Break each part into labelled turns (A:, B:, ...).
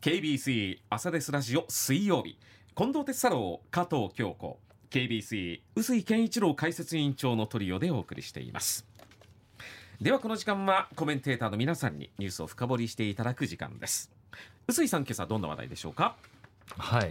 A: KBC 朝ですラジオ水曜日、近藤哲太郎、加藤京子、 KBC 臼井健一郎解説委員長のトリオでお送りしています。ではこの時間はコメンテーターの皆さんにニュースを深掘りしていただく時間です。臼井さん、今朝どんな話題でしょうか？
B: はい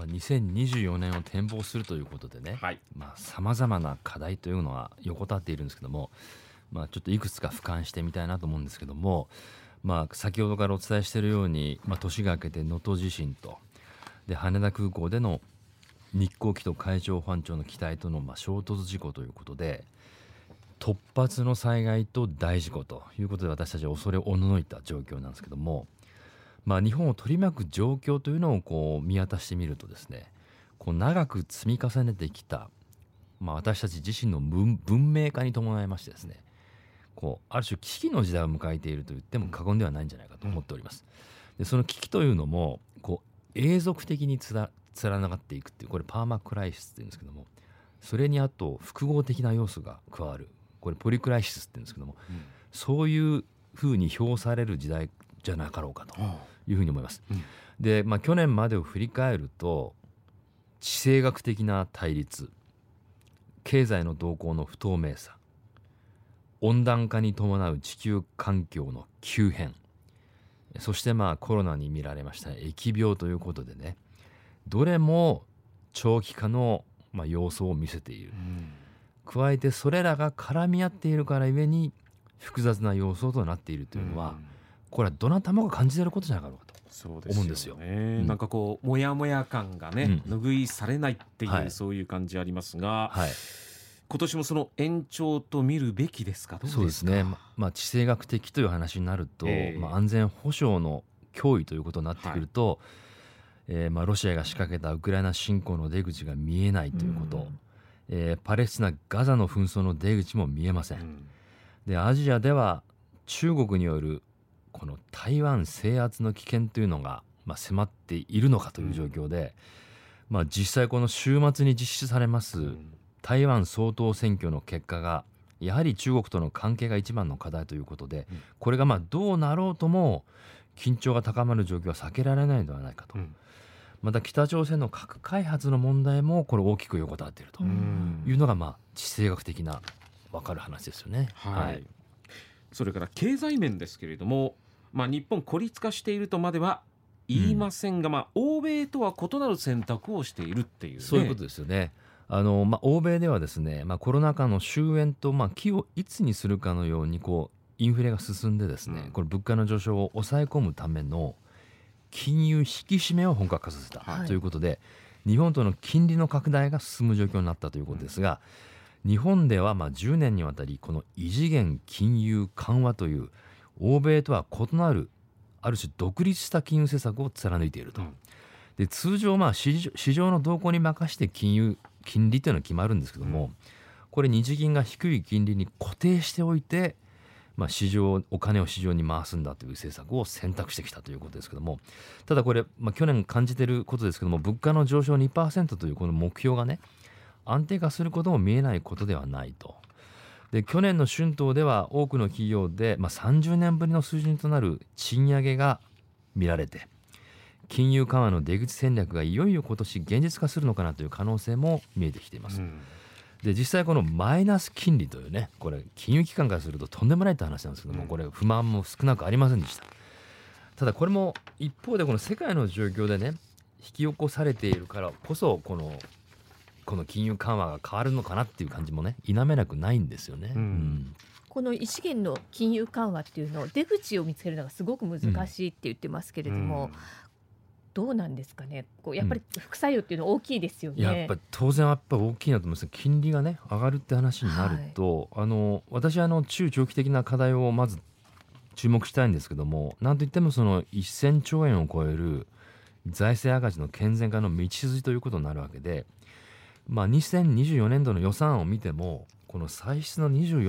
B: 、2024年を展望するということでね、さまざまな課題というのは横たっているんですけども、ちょっといくつか俯瞰してみたいなと思うんですけども、先ほどからお伝えしているように、年が明けて能登地震とで羽田空港での日航機と海上保安庁の機体との衝突事故ということで、突発の災害と大事故ということで私たちは恐れおののいた状況なんですけども、日本を取り巻く状況というのを見渡してみるとですね、長く積み重ねてきた、私たち自身の文明化に伴いましてですね、ある種危機の時代を迎えていると言っても過言ではないんじゃないかと思っております。でその危機というのも永続的に連なっていくっていう、これパーマクライシスっていうんですけども、それにあと複合的な要素が加わる、これポリクライシスっていうんですけども、そういうふうに評される時代じゃなかろうかというふうに思います。で、去年までを振り返ると、地政学的な対立、経済の動向の不透明さ、温暖化に伴う地球環境の急変、そしてコロナに見られました疫病ということでね、どれも長期化の様相を見せている。加えてそれらが絡み合っているからゆえに複雑な様相となっているというのは、これはどなたもが感じていることじゃないかろうかと思うんですよ。
A: なんかモヤモヤ感がね、拭いされないっていう、そういう感じありますが、今年もその延長と見るべきですか？どうですか？
B: そうですね、地政学的という話になると、安全保障の脅威ということになってくると、ロシアが仕掛けたウクライナ侵攻の出口が見えないということ、パレスチナ・ガザの紛争の出口も見えません。でアジアでは中国によるこの台湾制圧の危険というのが、迫っているのかという状況で、実際この週末に実施されます台湾総統選挙の結果がやはり中国との関係が一番の課題ということで、これがどうなろうとも緊張が高まる状況は避けられないのではないかと。また北朝鮮の核開発の問題もこれ大きく横たわっているというのが、地政学的な分かる話ですよね。
A: それから経済面ですけれども、日本孤立化しているとまでは言いませんが、欧米とは異なる選択をしているっていう、
B: そういうことですよね。欧米ではですね、コロナ禍の終焉と期をいつにするかのようにインフレが進んでですね、これ物価の上昇を抑え込むための金融引き締めを本格化させたということで、日本との金利の拡大が進む状況になったということですが、日本では10年にわたりこの異次元金融緩和という欧米とは異なるある種独立した金融政策を貫いていると。で通常市場の動向に任せて金利というのは決まるんですけども、これ日銀が低い金利に固定しておいて、お金を市場に回すんだという政策を選択してきたということですけども、ただこれ、去年感じていることですけども、物価の上昇 2% というこの目標がね、安定化することも見えないことではないと。で去年の春闘では多くの企業で、30年ぶりの水準となる賃上げが見られて、金融緩和の出口戦略がいよいよ今年現実化するのかなという可能性も見えてきています。で実際このマイナス金利というね、これ金融機関からするととんでもないって話なんですけども、これ不満も少なくありませんでした。ただこれも一方でこの世界の状況でね、引き起こされているからこそこの金融緩和が変わるのかなっていう感じもね、否めなくないんですよね。
C: この異次元の金融緩和っていうのを出口を見つけるのがすごく難しいって言ってますけれども、どうなんですかね。やっぱり副作用っていうのは大きいですよね。
B: やっぱり当然大きいなと思います。金利がね上がるって話になると、私は中長期的な課題をまず注目したいんですけども、なんといってもその1000兆円を超える財政赤字の健全化の道筋ということになるわけで、2024年度の予算案を見てもこの歳出の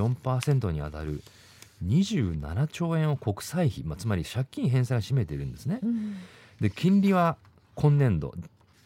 B: 24% にあたる27兆円を国債費、つまり借金返済が占めているんですね。で金利は今年度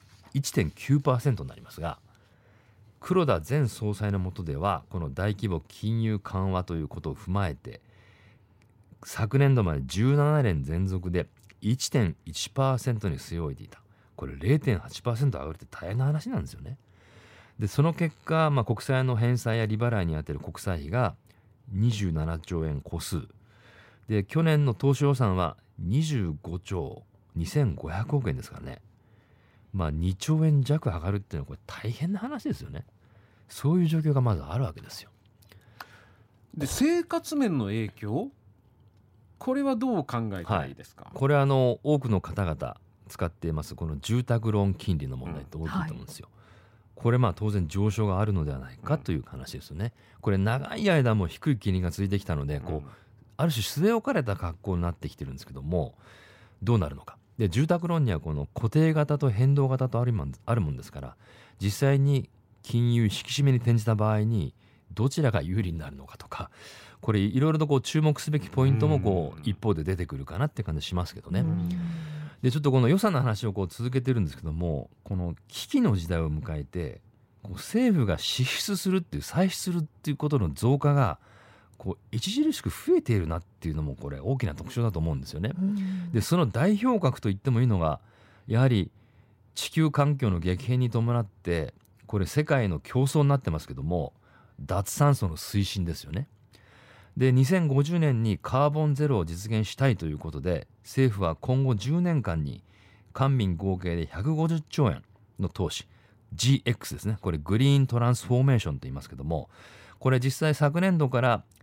B: 1.9% になりますが、黒田前総裁の下ではこの大規模金融緩和ということを踏まえて、昨年度まで17年連続で 1.1% に据え置いていた。これ 0.8% 上がるって大変な話なんですよね。でその結果、国債の返済や利払いに充てる国債費が27兆円個数で、去年の当初予算は25兆2500億円ですからね。2兆円弱上がるっていうのはこれ大変な話ですよね。そういう状況がまずあるわけですよ。
A: で生活面の影響、これはどう考えたらいいですか？
B: これは多くの方々使っていますこの住宅ローン金利の問題って大きいと思うんですよ。これ当然上昇があるのではないかという話ですよね。これ長い間も低い金利が続いてきたのである種据え置かれた格好になってきてるんですけども、どうなるのか。で住宅ローンにはこの固定型と変動型とあるもんですから、実際に金融引き締めに転じた場合にどちらが有利になるのかとか、これいろいろと注目すべきポイントも一方で出てくるかなって感じしますけどね。でちょっとこの予算の話を続けてるんですけども、この危機の時代を迎えて政府が支出するっていう歳出するっていうことの増加が著しく増えているなっていうのもこれ大きな特徴だと思うんですよね。でその代表格と言ってもいいのがやはり地球環境の激変に伴ってこれ世界の競争になってますけども、脱炭素の推進ですよね。で2050年にカーボンゼロを実現したいということで、政府は今後10年間に官民合計で150兆円の投資 GX ですね。これグリーントランスフォーメーションと言いますけども、これ実際昨年度から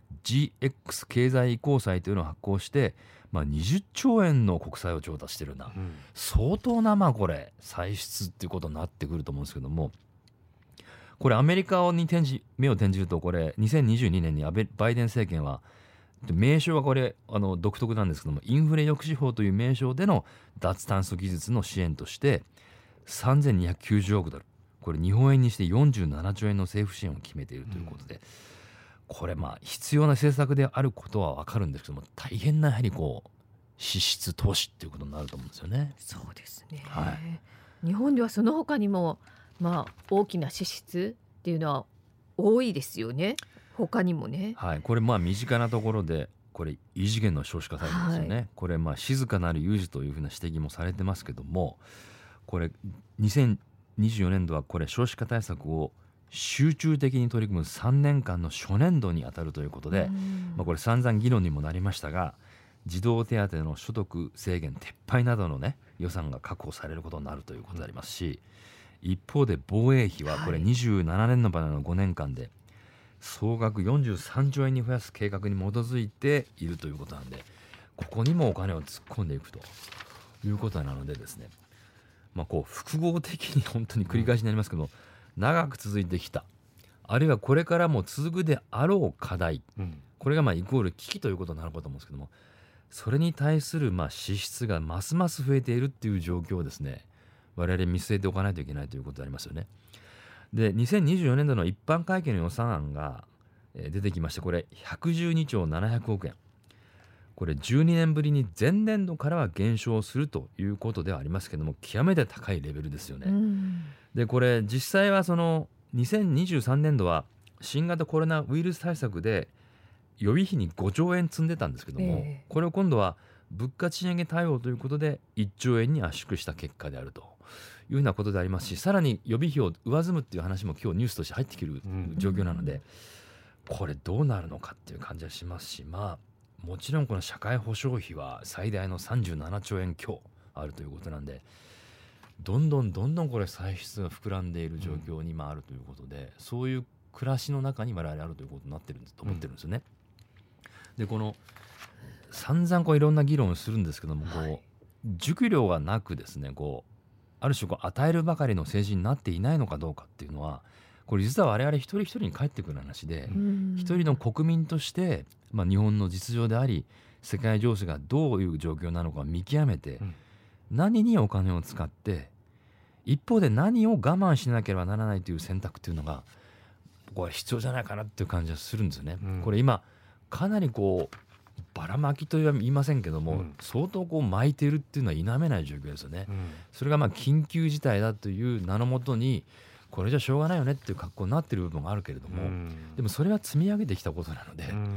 B: GX 経済移行債というのを発行して、20兆円の国債を調達しているな、相当なこれ歳出っていうことになってくると思うんですけども、これアメリカに目を転じると、これ2022年にバイデン政権は名称がこれ独特なんですけども、インフレ抑止法という名称での脱炭素技術の支援として3290億ドル、これ日本円にして47兆円の政府支援を決めているということで、これ必要な政策であることは分かるんですけども、大変なやはり支出投資っていうことになると思うんですよね。
C: そうですね、日本ではその他にも大きな支出っていうのは多いですよね。他にもね、
B: これ身近なところでこれ異次元の少子化対策ですよね。これ静かなる有事というふうな指摘もされてますけども、これ2024年度はこれ少子化対策を集中的に取り組む3年間の初年度に当たるということで、これ散々議論にもなりましたが、児童手当の所得制限撤廃などの予算が確保されることになるということでありますし、一方で防衛費はこれ27年の場合の5年間で総額43兆円に増やす計画に基づいているということなんで、ここにもお金を突っ込んでいくということなのでですね、複合的に本当に繰り返しになりますけど、長く続いてきた、あるいはこれからも続くであろう課題、これがイコール危機ということになるかと思うんですけども、それに対する支出がますます増えているっていう状況をですね、我々見据えておかないといけないということでありますよね。で2024年度の一般会計の予算案が出てきまして、これ112兆700億円、これ12年ぶりに前年度からは減少するということではありますけども、極めて高いレベルですよね。でこれ実際はその2023年度は新型コロナウイルス対策で予備費に5兆円積んでたんですけども、これを今度は物価賃上げ対応ということで1兆円に圧縮した結果であるというふうなことでありますし、さらに予備費を上積むっていう話も今日ニュースとして入ってくる状況なので、これどうなるのかっていう感じはしますし、もちろんこの社会保障費は最大の37兆円強あるということなんで、どんどんこれ歳出が膨らんでいる状況にあるということで、そういう暮らしの中に我々あるということになってると思ってるんですよね。でこの散々いろんな議論をするんですけども、熟慮がなくですね、ある種与えるばかりの政治になっていないのかどうかっていうのは、これ実は我々一人一人に返ってくる話で、一人の国民として、日本の実情であり世界情勢がどういう状況なのか見極めて、何にお金を使って、一方で何を我慢しなければならないという選択というのがこれ必要じゃないかなっていう感じがするんですよね。これ今かなりばらまきとは言いませんけども、相当巻いてるっていうのは否めない状況ですよね。それが緊急事態だという名のもとに、これじゃしょうがないよねっていう格好になってる部分があるけれども、でもそれは積み上げてきたことなので、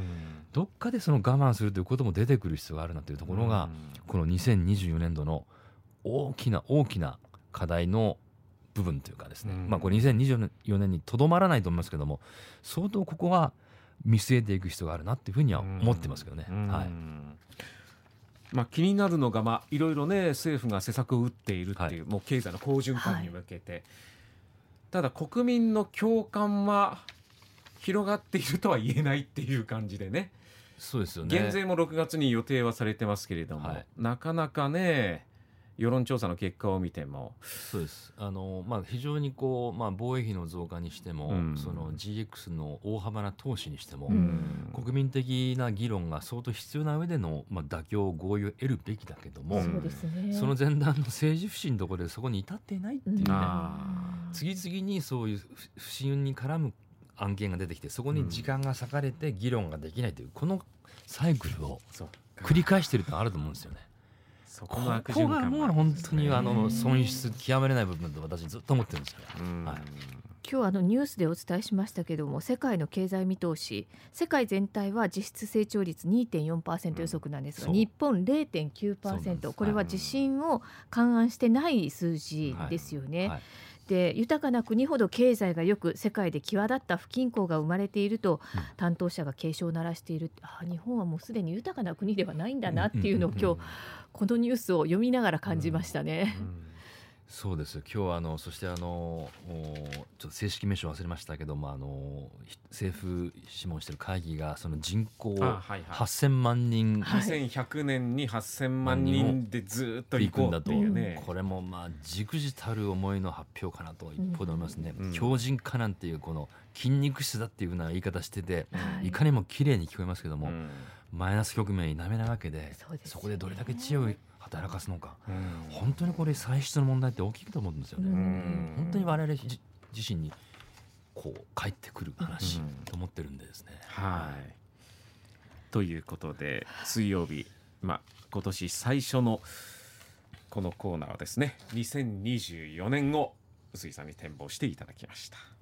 B: どっかでその我慢するということも出てくる必要があるなというところが、この2024年度の大きな課題の部分というかですね、これ2024年にとどまらないと思いますけども、相当ここは見据えていく必要があるなっていうふうには思ってますけどね。
A: 気になるのが、いろいろね政府が施策を打っているっていう、もう経済の好循環に向けて、ただ国民の共感は広がっているとは言えないっていう感じでね。
B: そうですよね。
A: 減税も6月に予定はされてますけれども、なかなかね世論調査の結果を見ても
B: そうです。非常に防衛費の増加にしても、その GX の大幅な投資にしても、国民的な議論が相当必要な上での、妥協合意を得るべきだけども、その前段の政治不信のところでそこに至っていないっていうね、次々にそういう不信に絡む案件が出てきて、そこに時間が割かれて議論ができないという、このサイクルを繰り返しているとあると思うんですよね。ここがもう本当に損失極めれない部分と私ずっと思ってるんですよね。
C: 今日ニュースでお伝えしましたけども、世界の経済見通し、世界全体は実質成長率 2.4% 予測なんですが、日本 0.9%、これは地震を勘案してない数字ですよね。で、豊かな国ほど経済がよく世界で際立った不均衡が生まれていると担当者が警鐘を鳴らしている。日本はもうすでに豊かな国ではないんだなっていうのを今日このニュースを読みながら感じましたね。
B: そうです。今日そしてちょっと正式名称忘れましたけども、政府諮問している会議がその人口8000万人、
A: 2100年に8000万人でずっと行こうっていうね、
B: これもじくじたる思いの発表かなと一方で思いますね。強靭化なんていうこの筋肉質だっていうふうな言い方してて、いかにも綺麗に聞こえますけども、マイナス局面になめないわけで、そこでどれだけ知恵を働かすのか、本当にこれ歳出の問題って大きいと思うんですよね。本当に我々自身に返ってくる話と思ってるんでですね。
A: ということで水曜日、今年最初のこのコーナーはですね、2024年を臼井さんに展望していただきました。